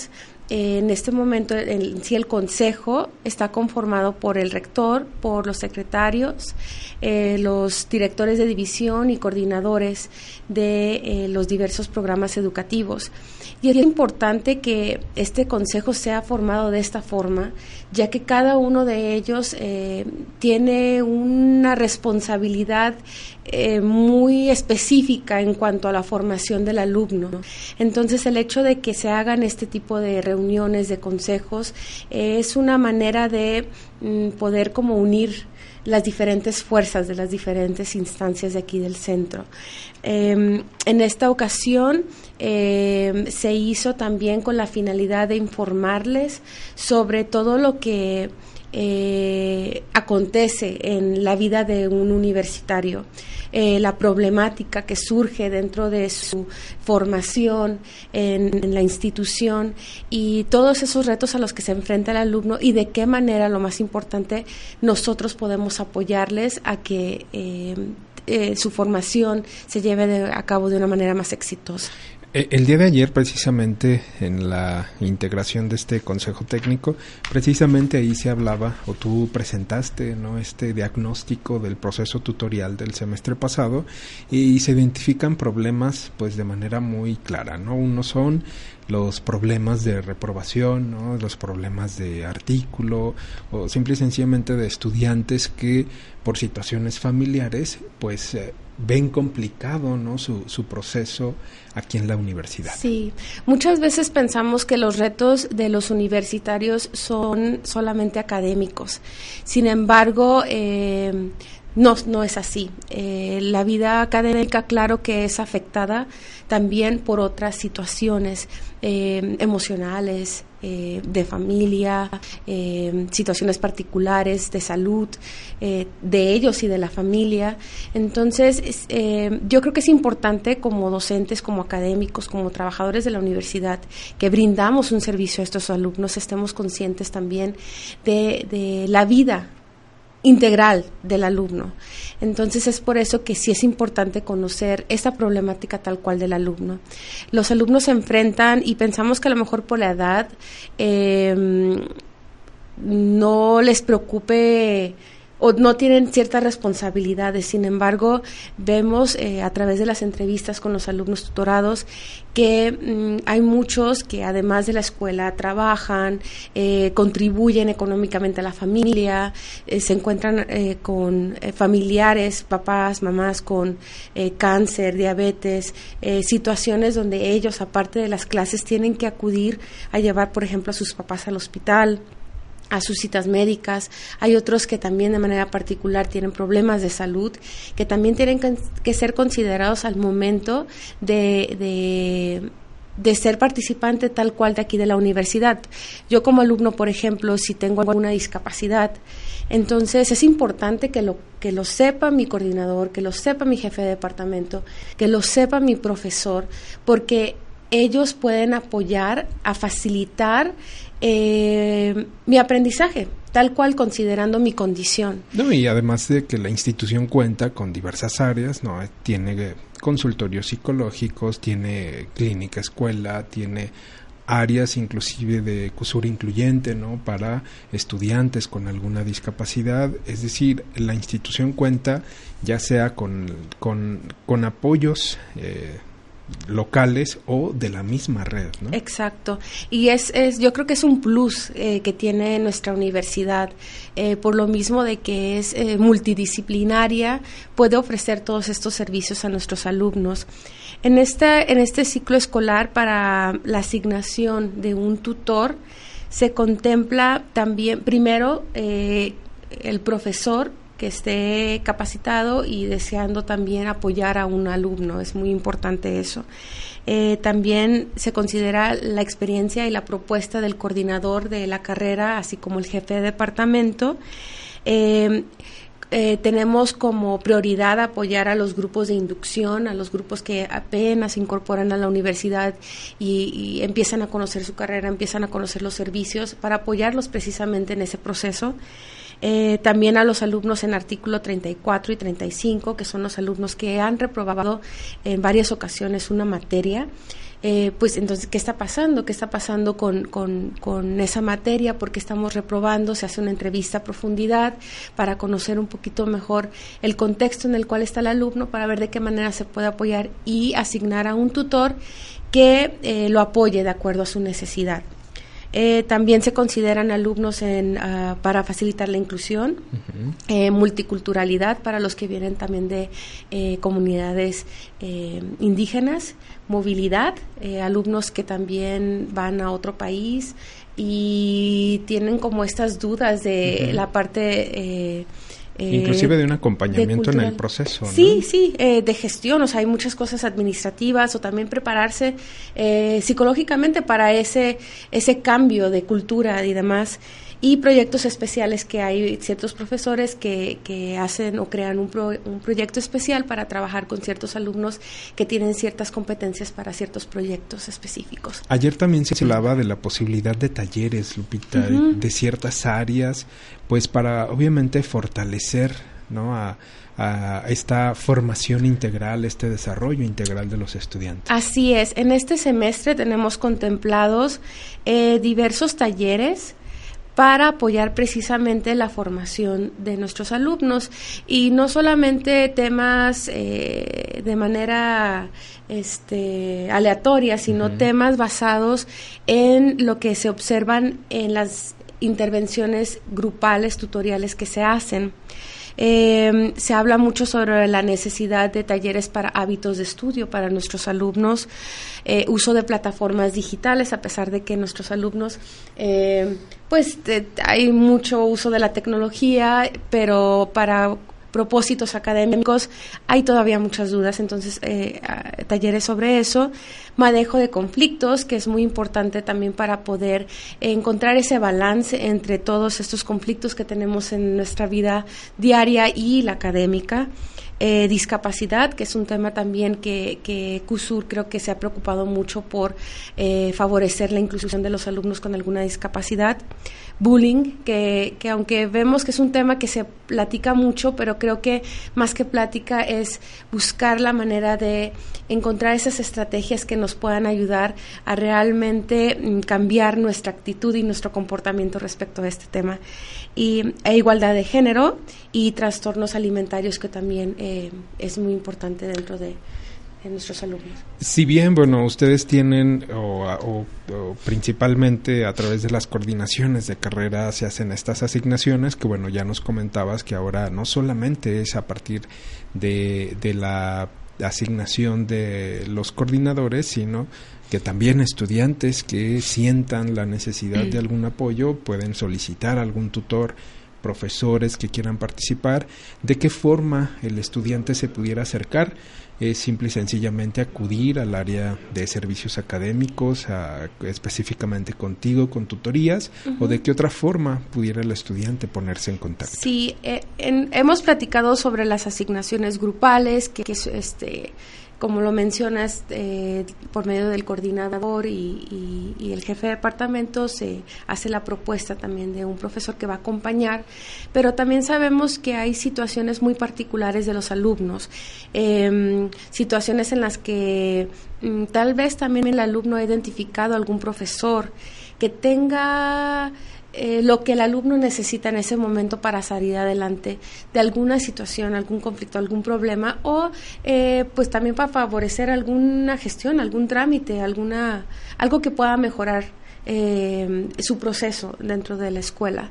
en este momento el consejo está conformado por el rector, por los secretarios, los directores de división y coordinadores de los diversos programas educativos. Y es importante que este consejo sea formado de esta forma, ya que cada uno de ellos tiene una responsabilidad muy específica en cuanto a la formación del alumno. Entonces, el hecho de que se hagan este tipo de reuniones, de consejos, es una manera de poder como unir las diferentes fuerzas de las diferentes instancias de aquí del centro. En esta ocasión se hizo también con la finalidad de informarles sobre todo lo que acontece en la vida de un universitario, la problemática que surge dentro de su formación en la institución y todos esos retos a los que se enfrenta el alumno y de qué manera, lo más importante, nosotros podemos apoyarles a que su formación se lleve a cabo de una manera más exitosa. El día de ayer, precisamente, en la integración de este consejo técnico, precisamente ahí se hablaba, o tú presentaste, ¿no?, este diagnóstico del proceso tutorial del semestre pasado, y se identifican problemas, pues, de manera muy clara, ¿no? Uno son los problemas de reprobación, ¿no?, los problemas de artículo, o simple y sencillamente de estudiantes que, por situaciones familiares, pues, ven complicado, ¿no?, su proceso aquí en la universidad. Sí, muchas veces pensamos que los retos de los universitarios son solamente académicos. Sin embargo, no es así. La vida académica, claro que es afectada también por otras situaciones emocionales, de familia, situaciones particulares de salud, de ellos y de la familia. Entonces, yo creo que es importante como docentes, como académicos, como trabajadores de la universidad, que brindamos un servicio a estos alumnos, estemos conscientes también de la vida integral del alumno. Entonces es por eso que sí es importante conocer esta problemática tal cual del alumno. Los alumnos se enfrentan y pensamos que a lo mejor por la edad no les preocupe o no tienen ciertas responsabilidades. Sin embargo, vemos a través de las entrevistas con los alumnos tutorados que hay muchos que además de la escuela trabajan, contribuyen económicamente a la familia, se encuentran con familiares, papás, mamás con cáncer, diabetes, situaciones donde ellos, aparte de las clases, tienen que acudir a llevar, por ejemplo, a sus papás al hospital, a sus citas médicas. Hay otros que también de manera particular tienen problemas de salud que también tienen que ser considerados al momento de ser participante tal cual de aquí de la universidad. Yo como alumno, por ejemplo, si tengo alguna discapacidad, entonces es importante que lo sepa mi coordinador, que lo sepa mi jefe de departamento, que lo sepa mi profesor, porque ellos pueden apoyar a facilitar mi aprendizaje, tal cual considerando mi condición. No, y además de que la institución cuenta con diversas áreas, ¿no? Tiene consultorios psicológicos, tiene clínica escuela, tiene áreas inclusive de CUSUR incluyente, ¿no?, para estudiantes con alguna discapacidad. Es decir, la institución cuenta ya sea con apoyos locales o de la misma red, ¿no? Exacto, y yo creo que es un plus que tiene nuestra universidad, por lo mismo de que es multidisciplinaria, puede ofrecer todos estos servicios a nuestros alumnos. En este ciclo escolar, para la asignación de un tutor, se contempla también, primero, el profesor que esté capacitado y deseando también apoyar a un alumno. Es muy importante eso. También se considera la experiencia y la propuesta del coordinador de la carrera, así como el jefe de departamento. Tenemos como prioridad apoyar a los grupos de inducción, a los grupos que apenas se incorporan a la universidad y empiezan a conocer su carrera, empiezan a conocer los servicios, para apoyarlos precisamente en ese proceso. También a los alumnos en artículo 34 y 35, que son los alumnos que han reprobado en varias ocasiones una materia. pues entonces, ¿qué está pasando? ¿Qué está pasando con esa materia? ¿Por qué estamos reprobando? Se hace una entrevista a profundidad para conocer un poquito mejor el contexto en el cual está el alumno, para ver de qué manera se puede apoyar y asignar a un tutor que lo apoye de acuerdo a su necesidad. También se consideran alumnos para facilitar la inclusión, multiculturalidad para los que vienen también de comunidades indígenas, movilidad, alumnos que también van a otro país y tienen como estas dudas de la parte inclusive de un acompañamiento en el proceso, ¿no? Sí, de gestión, o sea, hay muchas cosas administrativas, o también prepararse psicológicamente para ese cambio de cultura y demás, y proyectos especiales que hay ciertos profesores que hacen o crean un proyecto especial para trabajar con ciertos alumnos que tienen ciertas competencias para ciertos proyectos específicos. Ayer también se hablaba de la posibilidad de talleres, Lupita, de ciertas áreas, pues para obviamente fortalecer, ¿no?, a esta formación integral, este desarrollo integral de los estudiantes. Así es, en este semestre tenemos contemplados diversos talleres para apoyar precisamente la formación de nuestros alumnos, y no solamente temas de manera aleatoria, sino temas basados en lo que se observan en las intervenciones grupales, tutoriales que se hacen. Se habla mucho sobre la necesidad de talleres para hábitos de estudio para nuestros alumnos, uso de plataformas digitales, a pesar de que nuestros alumnos, hay mucho uso de la tecnología, pero para propósitos académicos hay todavía muchas dudas, entonces talleres sobre eso, manejo de conflictos, que es muy importante también para poder encontrar ese balance entre todos estos conflictos que tenemos en nuestra vida diaria y la académica. Discapacidad, que es un tema también que CUSUR creo que se ha preocupado mucho por favorecer la inclusión de los alumnos con alguna discapacidad. Bullying, que aunque vemos que es un tema que se platica mucho, pero creo que más que plática es buscar la manera de encontrar esas estrategias que nos puedan ayudar a realmente cambiar nuestra actitud y nuestro comportamiento respecto a este tema. E igualdad de género y trastornos alimentarios, que también es muy importante dentro de nuestros alumnos. Si bien, bueno, ustedes tienen o principalmente a través de las coordinaciones de carrera se hacen estas asignaciones, que bueno, ya nos comentabas que ahora no solamente es a partir de la asignación de los coordinadores, sino que también estudiantes que sientan la necesidad de algún apoyo pueden solicitar a algún tutor, profesores que quieran participar. ¿De qué forma el estudiante se pudiera acercar? ¿Es simple y sencillamente acudir al área de servicios académicos, específicamente contigo, con tutorías, o de qué otra forma pudiera el estudiante ponerse en contacto? Sí, hemos platicado sobre las asignaciones grupales, que es como lo mencionas, por medio del coordinador y el jefe de departamento se hace la propuesta también de un profesor que va a acompañar, pero también sabemos que hay situaciones muy particulares de los alumnos, situaciones en las que tal vez también el alumno ha identificado a algún profesor que tenga lo que el alumno necesita en ese momento para salir adelante de alguna situación, algún conflicto, algún problema, o pues también para favorecer alguna gestión, algún trámite, algo que pueda mejorar su proceso dentro de la escuela.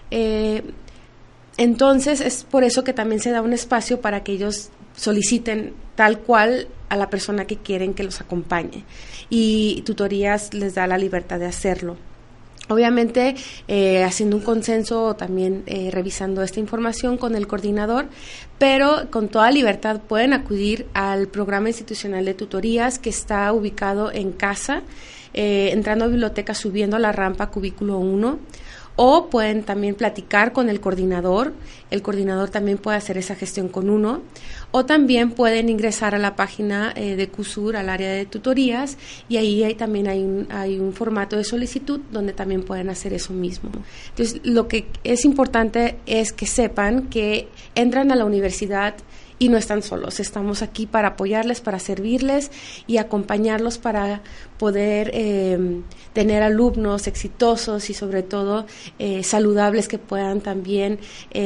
Entonces es por eso que también se da un espacio para que ellos soliciten tal cual a la persona que quieren que los acompañe, y tutorías les da la libertad de hacerlo. Obviamente, haciendo un consenso, también revisando esta información con el coordinador, pero con toda libertad pueden acudir al programa institucional de tutorías, que está ubicado en casa, entrando a biblioteca, subiendo a la rampa cubículo 1, o pueden también platicar con el coordinador también puede hacer esa gestión con uno, o también pueden ingresar a la página de CUSUR, al área de tutorías, y ahí también hay un formato de solicitud donde también pueden hacer eso mismo. Entonces, lo que es importante es que sepan que entran a la universidad y no están solos. Estamos aquí para apoyarles, para servirles y acompañarlos para poder tener alumnos exitosos y sobre todo saludables, que puedan también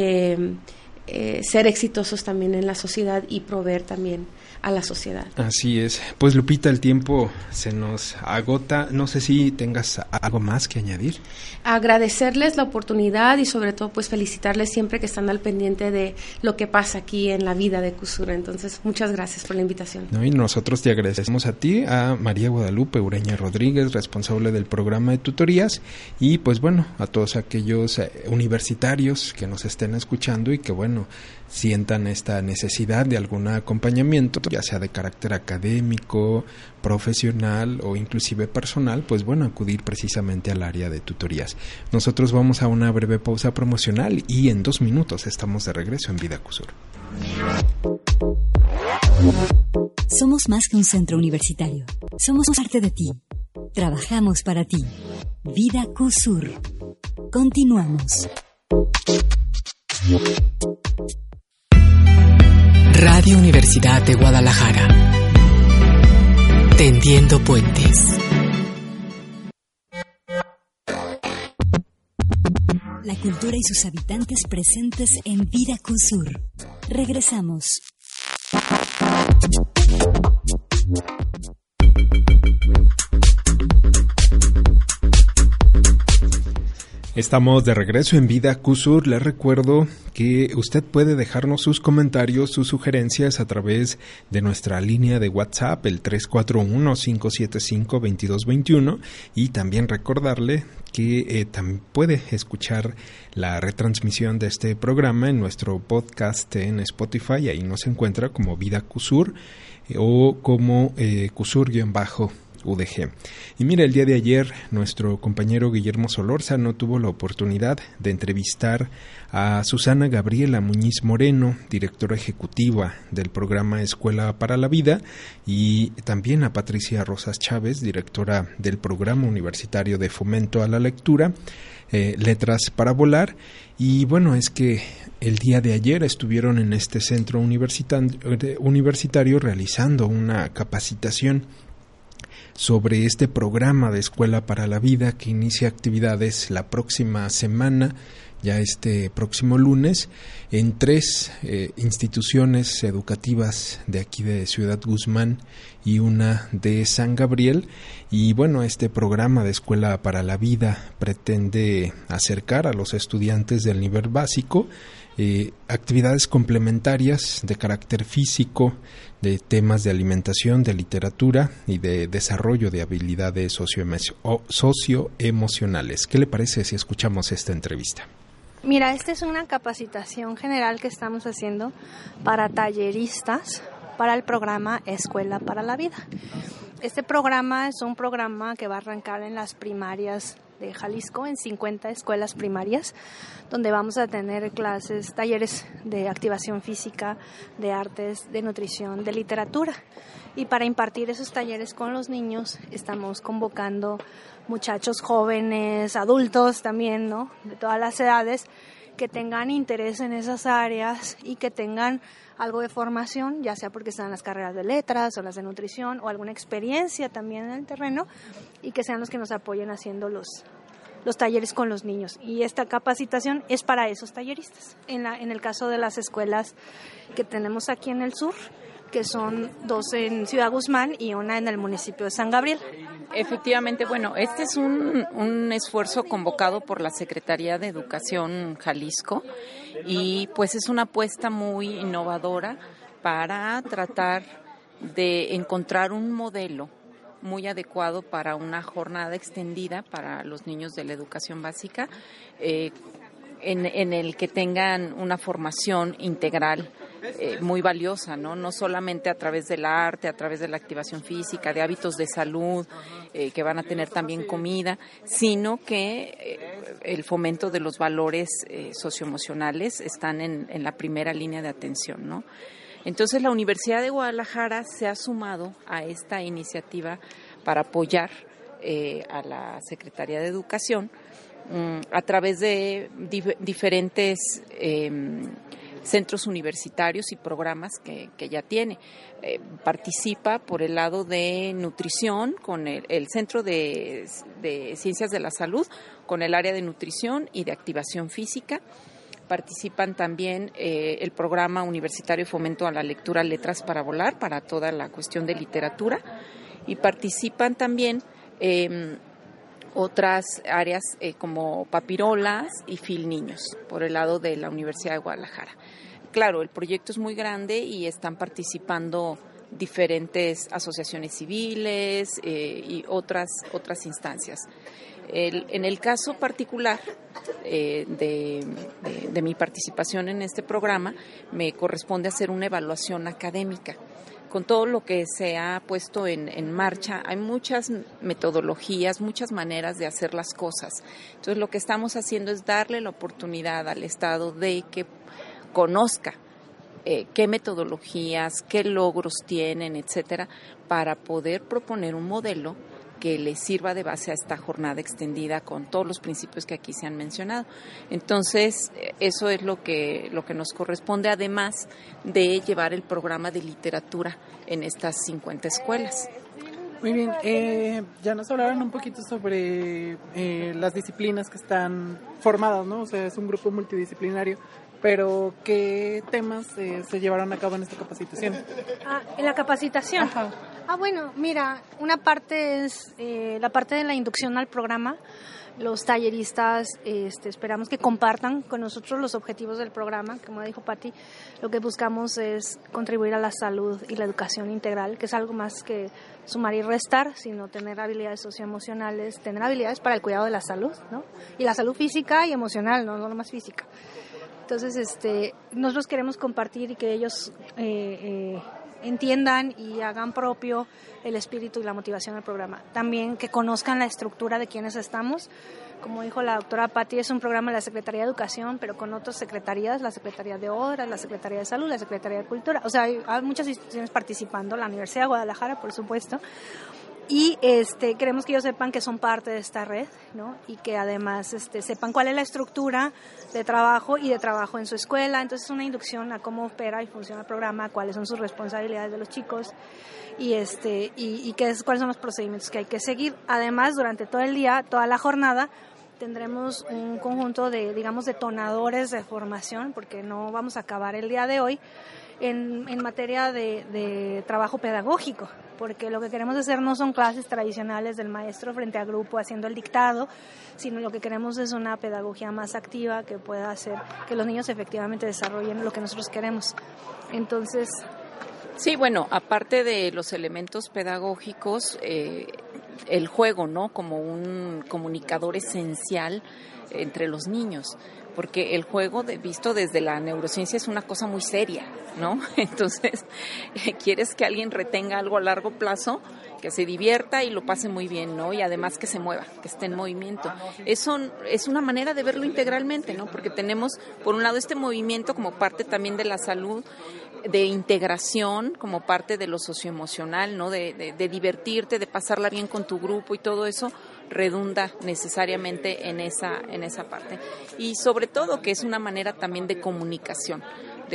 ser exitosos también en la sociedad y proveer también a la sociedad. Así es. Pues Lupita, el tiempo se nos agota. No sé si tengas algo más que añadir. Agradecerles la oportunidad y sobre todo pues felicitarles siempre que están al pendiente de lo que pasa aquí en la vida de CUSUR. Entonces, muchas gracias por la invitación. No, y nosotros te agradecemos a ti, a María Guadalupe Ureña Rodríguez, responsable del programa de tutorías, y pues bueno, a todos aquellos universitarios que nos estén escuchando y que bueno, sientan esta necesidad de algún acompañamiento, ya sea de carácter académico, profesional o inclusive personal, pues bueno, acudir precisamente al área de tutorías. Nosotros vamos a una breve pausa promocional y en 2 minutos estamos de regreso en Vida CUSUR. Somos más que un centro universitario. Somos parte de ti. Trabajamos para ti. Vida CUSUR. Continuamos. Radio Universidad de Guadalajara. Tendiendo puentes. La cultura y sus habitantes presentes en Vida CUSUR. Regresamos. Estamos de regreso en Vida CUSUR. Les recuerdo que usted puede dejarnos sus comentarios, sus sugerencias a través de nuestra línea de WhatsApp, el 341-575-2221, y también recordarle que también puede escuchar la retransmisión de este programa en nuestro podcast en Spotify. Ahí nos encuentra como Vida CUSUR o como CUSUR-UDG. Y mira, el día de ayer nuestro compañero Guillermo Solórzano tuvo la oportunidad de entrevistar a Susana Gabriela Muñiz Moreno, directora ejecutiva del programa Escuela para la Vida, y también a Patricia Rosas Chávez, directora del programa universitario de fomento a la lectura, Letras para Volar. Y bueno, es que el día de ayer estuvieron en este centro universitario realizando una capacitación sobre este programa de Escuela para la Vida que inicia actividades la próxima semana, ya este próximo lunes, en 3 instituciones educativas de aquí de Ciudad Guzmán y una de San Gabriel. Y bueno, este programa de Escuela para la Vida pretende acercar a los estudiantes del nivel básico actividades complementarias de carácter físico, de temas de alimentación, de literatura y de desarrollo de habilidades socioemocionales. ¿Qué le parece si escuchamos esta entrevista? Mira, esta es una capacitación general que estamos haciendo para talleristas para el programa Escuela para la Vida. Este programa es un programa que va a arrancar en las primarias de Jalisco, en 50 escuelas primarias, donde vamos a tener clases, talleres de activación física, de artes, de nutrición, de literatura. Y para impartir esos talleres con los niños estamos convocando muchachos jóvenes, adultos también, ¿no?, de todas las edades, que tengan interés en esas áreas y que tengan algo de formación, ya sea porque están en las carreras de letras o las de nutrición o alguna experiencia también en el terreno, y que sean los que nos apoyen haciendo los talleres con los niños. Y esta capacitación es para esos talleristas. En el caso de las escuelas que tenemos aquí en el sur, que son 2 en Ciudad Guzmán y una en el municipio de San Gabriel. Efectivamente, bueno, este es un esfuerzo convocado por la Secretaría de Educación Jalisco y pues es una apuesta muy innovadora para tratar de encontrar un modelo muy adecuado para una jornada extendida para los niños de la educación básica, en el que tengan una formación integral muy valiosa, ¿no? Solamente a través del arte, a través de la activación física, de hábitos de salud, que van a tener también comida, sino que el fomento de los valores socioemocionales están en la primera línea de atención, ¿no? Entonces, la Universidad de Guadalajara se ha sumado a esta iniciativa para apoyar a la Secretaría de Educación a través de diferentes centros universitarios y programas que ya tiene. Participa por el lado de nutrición con el Centro de Ciencias de la Salud, con el área de nutrición y de activación física. Participan también el programa universitario de fomento a la lectura Letras para Volar, para toda la cuestión de literatura, y participan también otras áreas como Papirolas y Fil Niños, por el lado de la Universidad de Guadalajara. Claro, el proyecto es muy grande y están participando diferentes asociaciones civiles y otras instancias. En el caso particular de mi participación en este programa, me corresponde hacer una evaluación académica. Con todo lo que se ha puesto en marcha, hay muchas metodologías, muchas maneras de hacer las cosas. Entonces, lo que estamos haciendo es darle la oportunidad al Estado de que conozca qué metodologías, qué logros tienen, etcétera, para poder proponer un modelo que les sirva de base a esta jornada extendida con todos los principios que aquí se han mencionado. Entonces, eso es lo que nos corresponde, además de llevar el programa de literatura en estas 50 escuelas. Muy bien, ya nos hablaron un poquito sobre las disciplinas que están formadas, ¿no? O sea, es un grupo multidisciplinario, pero ¿qué temas se llevaron a cabo en esta capacitación? En la capacitación. Ajá. Bueno, mira, una parte es la parte de la inducción al programa. Los talleristas esperamos que compartan con nosotros los objetivos del programa. Como dijo Pati, lo que buscamos es contribuir a la salud y la educación integral, que es algo más que sumar y restar, sino tener habilidades socioemocionales, tener habilidades para el cuidado de la salud, ¿no? Y la salud física y emocional, no nomás física. Entonces, nosotros queremos compartir y que ellos entiendan y hagan propio el espíritu y la motivación del programa. También que conozcan la estructura de quienes estamos. Como dijo la doctora Patti, es un programa de la Secretaría de Educación, pero con otras secretarías, la Secretaría de Obras, la Secretaría de Salud, la Secretaría de Cultura. O sea, hay muchas instituciones participando, la Universidad de Guadalajara, por supuesto. Y queremos que ellos sepan que son parte de esta red, ¿no? Y que además sepan cuál es la estructura de trabajo y de trabajo en su escuela. Entonces, es una inducción a cómo opera y funciona el programa, cuáles son sus responsabilidades de los chicos y cuáles son los procedimientos que hay que seguir. Además, durante todo el día, toda la jornada, tendremos un conjunto de detonadores de formación, porque no vamos a acabar el día de hoy en materia de trabajo pedagógico, porque lo que queremos hacer no son clases tradicionales del maestro frente a grupo haciendo el dictado, sino lo que queremos es una pedagogía más activa que pueda hacer que los niños efectivamente desarrollen lo que nosotros queremos. Entonces, sí, bueno, aparte de los elementos pedagógicos, el juego, ¿no? Como un comunicador esencial entre los niños, porque el juego, visto desde la neurociencia, es una cosa muy seria, ¿no? Entonces, quieres que alguien retenga algo a largo plazo, que se divierta y lo pase muy bien, ¿no? Y además que se mueva, que esté en movimiento. Eso es una manera de verlo integralmente, ¿no? Porque tenemos, por un lado, este movimiento como parte también de la salud, de integración, como parte de lo socioemocional, ¿no? De divertirte, de pasarla bien con tu grupo, y todo eso redunda necesariamente en esa parte. Y sobre todo que es una manera también de comunicación,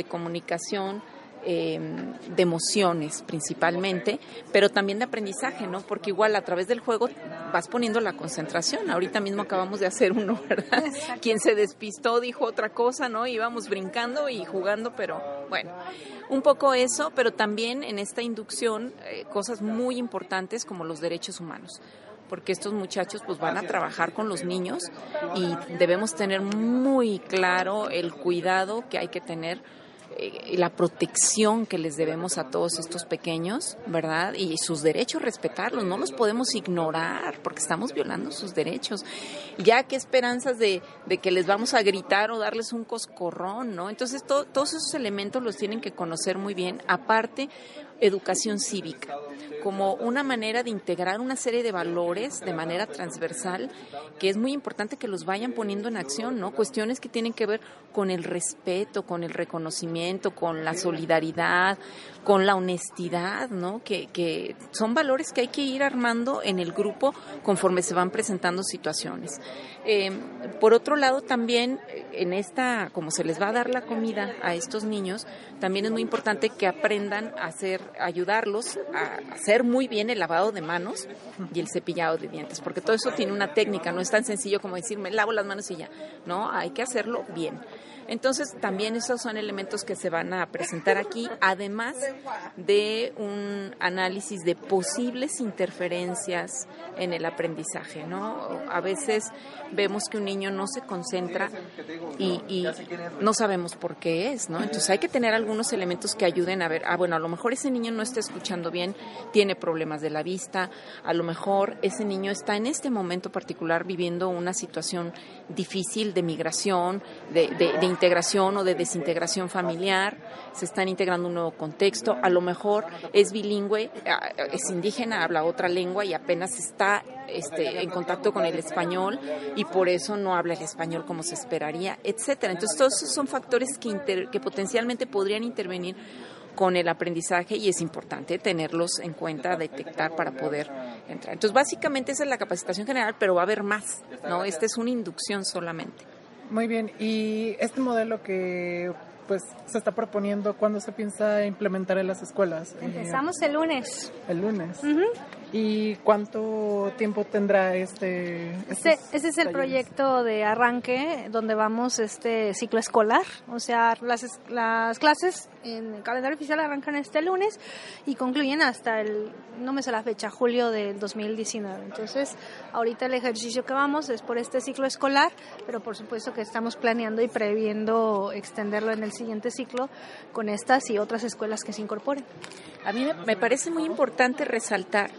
de emociones principalmente, pero también de aprendizaje, ¿no? Porque igual a través del juego vas poniendo la concentración. Ahorita mismo acabamos de hacer uno, ¿verdad? Exacto. Quien se despistó dijo otra cosa, ¿no? Íbamos brincando y jugando, pero bueno, un poco eso, pero también en esta inducción cosas muy importantes como los derechos humanos, porque estos muchachos pues van a trabajar con los niños y debemos tener muy claro el cuidado que hay que tener, la protección que les debemos a todos estos pequeños, ¿verdad? Y sus derechos, respetarlos, no los podemos ignorar porque estamos violando sus derechos. Ya qué esperanzas de que les vamos a gritar o darles un coscorrón, ¿no? Entonces todos esos elementos los tienen que conocer muy bien. Aparte, educación cívica, como una manera de integrar una serie de valores de manera transversal, que es muy importante que los vayan poniendo en acción, ¿no? Cuestiones que tienen que ver con el respeto, con el reconocimiento, con la solidaridad, con la honestidad, ¿no? Que son valores que hay que ir armando en el grupo conforme se van presentando situaciones. Por otro lado, también en esta, como se les va a dar la comida a estos niños, también es muy importante que aprendan a ayudarlos a hacer muy bien el lavado de manos y el cepillado de dientes, porque todo eso tiene una técnica, no es tan sencillo como decir me lavo las manos y ya, no, hay que hacerlo bien. Entonces, también esos son elementos que se van a presentar aquí, además de un análisis de posibles interferencias en el aprendizaje, ¿no? A veces vemos que un niño no se concentra y no sabemos por qué es, ¿no? Entonces, hay que tener algunos elementos que ayuden a ver, bueno, a lo mejor ese niño no está escuchando bien, tiene problemas de la vista, a lo mejor ese niño está en este momento particular viviendo una situación difícil de migración, de integración o de desintegración familiar, se están integrando un nuevo contexto, a lo mejor es bilingüe, es indígena, habla otra lengua y apenas está en contacto con el español y por eso no habla el español como se esperaría, etcétera. Entonces, todos esos son factores que potencialmente podrían intervenir con el aprendizaje y es importante tenerlos en cuenta, detectar para poder entrar. Entonces, básicamente esa es la capacitación general, pero va a haber más, ¿no? Esta es una inducción solamente. Muy bien, y este modelo que pues se está proponiendo, ¿cuándo se piensa implementar en las escuelas? Empezamos el lunes. El lunes. Uh-huh. ¿Y cuánto tiempo tendrá ese es el proyecto de arranque donde vamos este ciclo escolar? O sea, las clases en el calendario oficial arrancan este lunes y concluyen hasta no me sé la fecha, julio del 2019. Entonces, ahorita el ejercicio que vamos es por este ciclo escolar, pero por supuesto que estamos planeando y previendo extenderlo en el siguiente ciclo con estas y otras escuelas que se incorporen. A mí me parece muy importante resaltar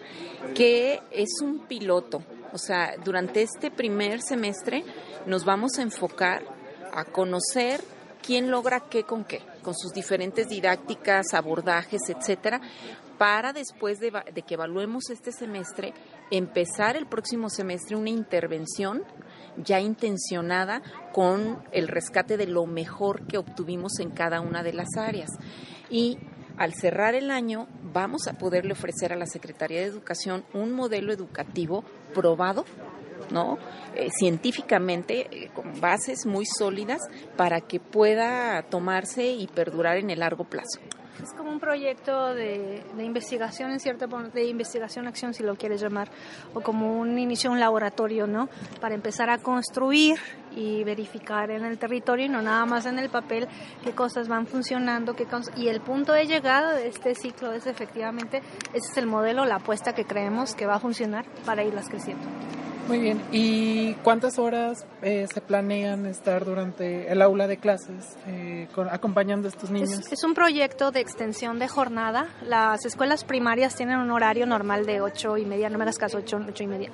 que es un piloto, o sea, durante este primer semestre nos vamos a enfocar a conocer quién logra qué con sus diferentes didácticas, abordajes, etcétera, para después de que evaluemos este semestre, empezar el próximo semestre una intervención ya intencionada con el rescate de lo mejor que obtuvimos en cada una de las áreas. Y al cerrar el año vamos a poderle ofrecer a la Secretaría de Educación un modelo educativo probado, ¿no? Científicamente, con bases muy sólidas para que pueda tomarse y perdurar en el largo plazo. Es como un proyecto de investigación, de investigación-acción, si lo quieres llamar, o como un inicio, un laboratorio, ¿no? Para empezar a construir y verificar en el territorio y no nada más en el papel qué cosas van funcionando, y el punto de llegada de este ciclo es efectivamente, ese es el modelo, la apuesta que creemos que va a funcionar para irlas creciendo. Muy bien, ¿y cuántas horas se planean estar durante el aula de clases acompañando a estos niños? Es un proyecto de extensión de jornada. Las escuelas primarias tienen un horario normal de 8:30, no me hagas caso, 8:30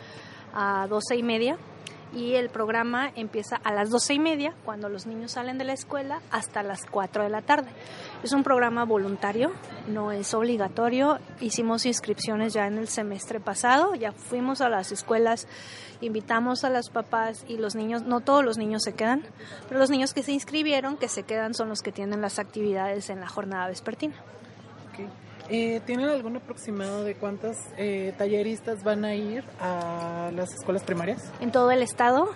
a 12:30. Y el programa empieza a las 12:30, cuando los niños salen de la escuela, hasta las 4 de la tarde. Es un programa voluntario, no es obligatorio. Hicimos inscripciones ya en el semestre pasado, ya fuimos a las escuelas, invitamos a los papás y los niños, no todos los niños se quedan, pero los niños que se inscribieron, que se quedan, son los que tienen las actividades en la jornada vespertina. Okay. ¿Tienen algún aproximado de cuántas talleristas van a ir a las escuelas primarias? ¿En todo el estado?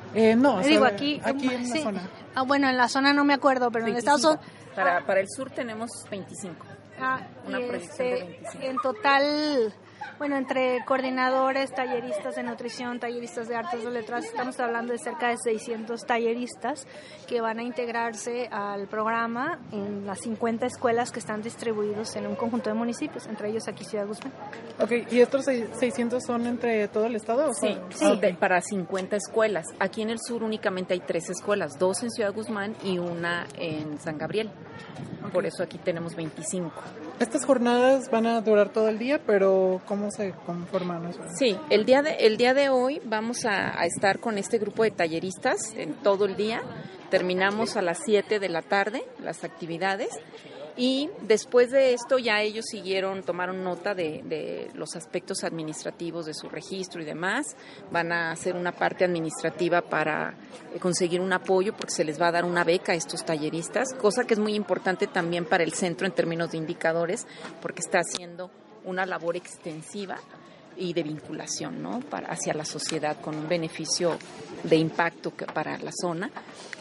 No, digo, aquí en la zona. Bueno, en la zona no me acuerdo, pero 25. En el estado son... Para el sur tenemos 25. Una proyección de 25. En total... Bueno, entre coordinadores, talleristas de nutrición, talleristas de artes o letras, estamos hablando de cerca de 600 talleristas que van a integrarse al programa en las 50 escuelas que están distribuidos en un conjunto de municipios, entre ellos aquí Ciudad Guzmán. Ok, ¿y estos 600 son entre todo el estado? Sí, para 50 escuelas. Aquí en el sur únicamente hay 3 escuelas, 2 en Ciudad Guzmán y una en San Gabriel. Okay. Por eso aquí tenemos 25. Estas jornadas van a durar todo el día, pero ¿cómo se conforman eso? Sí, el día de hoy vamos a estar con este grupo de talleristas en todo el día. Terminamos a las 7 de la tarde las actividades Y después de esto ya ellos tomaron nota de los aspectos administrativos de su registro y demás. Van a hacer una parte administrativa para conseguir un apoyo porque se les va a dar una beca a estos talleristas, cosa que es muy importante también para el centro en términos de indicadores porque está haciendo una labor extensiva y de vinculación, ¿no? Hacia la sociedad con un beneficio de impacto para la zona.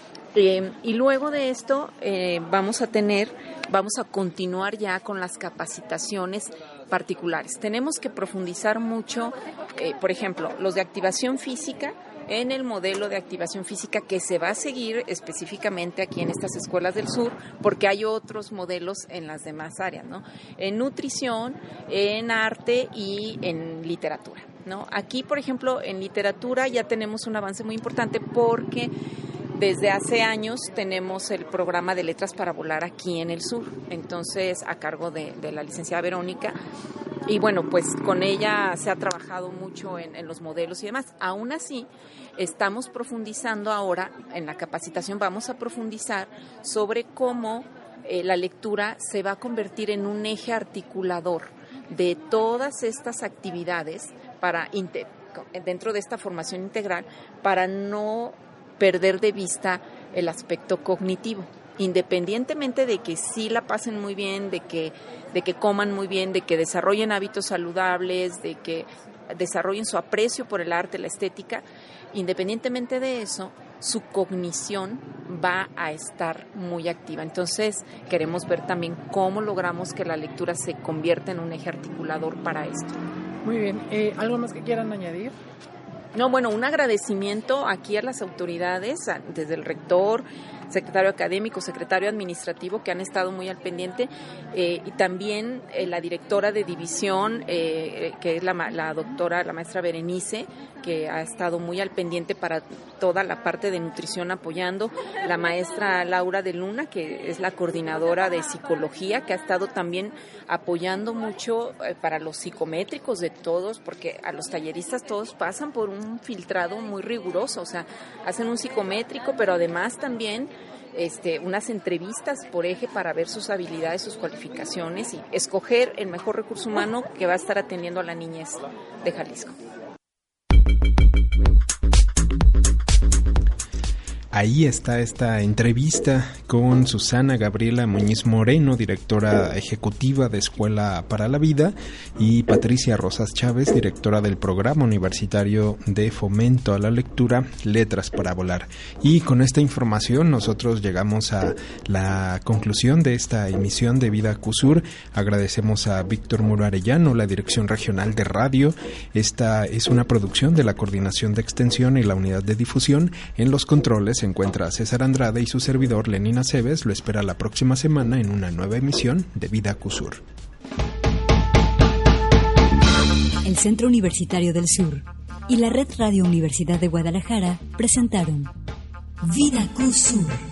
Y luego de esto vamos a continuar ya con las capacitaciones particulares. Tenemos que profundizar mucho, por ejemplo, los de activación física, en el modelo de activación física que se va a seguir específicamente aquí en estas escuelas del sur, porque hay otros modelos en las demás áreas, ¿no? En nutrición, en arte y en literatura, ¿no? Aquí, por ejemplo, en literatura ya tenemos un avance muy importante porque desde hace años tenemos el programa de Letras para Volar aquí en el sur, entonces a cargo de la licenciada Verónica. Y bueno, pues con ella se ha trabajado mucho en los modelos y demás. Aún así, estamos profundizando ahora, en la capacitación vamos a profundizar sobre cómo la lectura se va a convertir en un eje articulador de todas estas actividades dentro de esta formación integral para no perder de vista el aspecto cognitivo, independientemente de que sí la pasen muy bien, de que coman muy bien, de que desarrollen hábitos saludables, de que desarrollen su aprecio por el arte, la estética, independientemente de eso, su cognición va a estar muy activa. Entonces, queremos ver también cómo logramos que la lectura se convierta en un eje articulador para esto. Muy bien. ¿Algo más que quieran añadir? No, bueno, un agradecimiento aquí a las autoridades, desde el rector, secretario académico, secretario administrativo, que han estado muy al pendiente, y también la directora de división, que es la doctora, la maestra Berenice, que ha estado muy al pendiente para toda la parte de nutrición apoyando, la maestra Laura de Luna, que es la coordinadora de psicología, que ha estado también apoyando mucho para los psicométricos de todos, porque a los talleristas todos pasan por un filtrado muy riguroso, o sea, hacen un psicométrico, pero además también unas entrevistas por eje para ver sus habilidades, sus cualificaciones y escoger el mejor recurso humano que va a estar atendiendo a la niñez de Jalisco. Ahí está esta entrevista con Susana Gabriela Muñiz Moreno, directora ejecutiva de Escuela para la Vida, y Patricia Rosas Chávez, directora del Programa Universitario de Fomento a la Lectura, Letras para Volar. Y con esta información nosotros llegamos a la conclusión de esta emisión de Vida QSUR. Agradecemos a Víctor Muro Arellano, la Dirección Regional de Radio. Esta es una producción de la Coordinación de Extensión y la Unidad de Difusión. En los controles se encuentra César Andrade y su servidor Lenín Aceves. Lo espera la próxima semana en una nueva emisión de Vida QSUR. El Centro Universitario del Sur y la Red Radio Universidad de Guadalajara presentaron Vida QSUR.